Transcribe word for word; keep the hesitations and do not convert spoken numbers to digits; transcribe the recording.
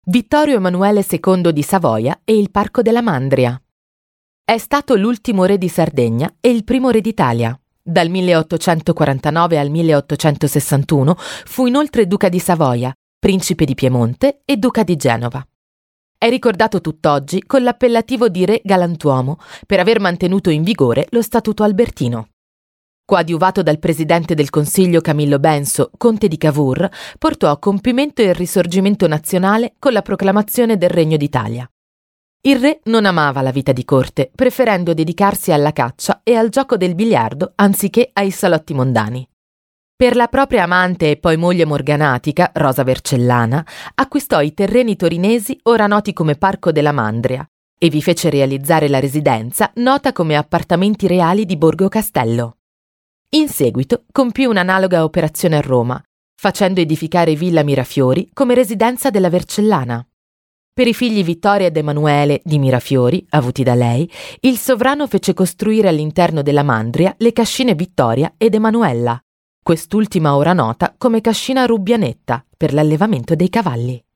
Vittorio Emanuele secondo di Savoia e il Parco della Mandria. È stato l'ultimo re di Sardegna e il primo re d'Italia. Dal milleottocentoquarantanove al milleottocentosessantuno fu inoltre duca di Savoia, principe di Piemonte e duca di Genova. È ricordato tutt'oggi con l'appellativo di re galantuomo per aver mantenuto in vigore lo Statuto Albertino. Coadiuvato dal presidente del Consiglio Camillo Benso, conte di Cavour, portò a compimento il risorgimento nazionale con la proclamazione del Regno d'Italia. Il re non amava la vita di corte, preferendo dedicarsi alla caccia e al gioco del biliardo anziché ai salotti mondani. Per la propria amante e poi moglie morganatica, Rosa Vercellana, acquistò i terreni torinesi ora noti come Parco della Mandria e vi fece realizzare la residenza nota come Appartamenti Reali di Borgo Castello. In seguito compì un'analoga operazione a Roma, facendo edificare Villa Mirafiori come residenza della Vercellana. Per i figli Vittoria ed Emanuele di Mirafiori, avuti da lei, il sovrano fece costruire all'interno della Mandria le cascine Vittoria ed Emanuella, quest'ultima ora nota come cascina Rubbianetta per l'allevamento dei cavalli.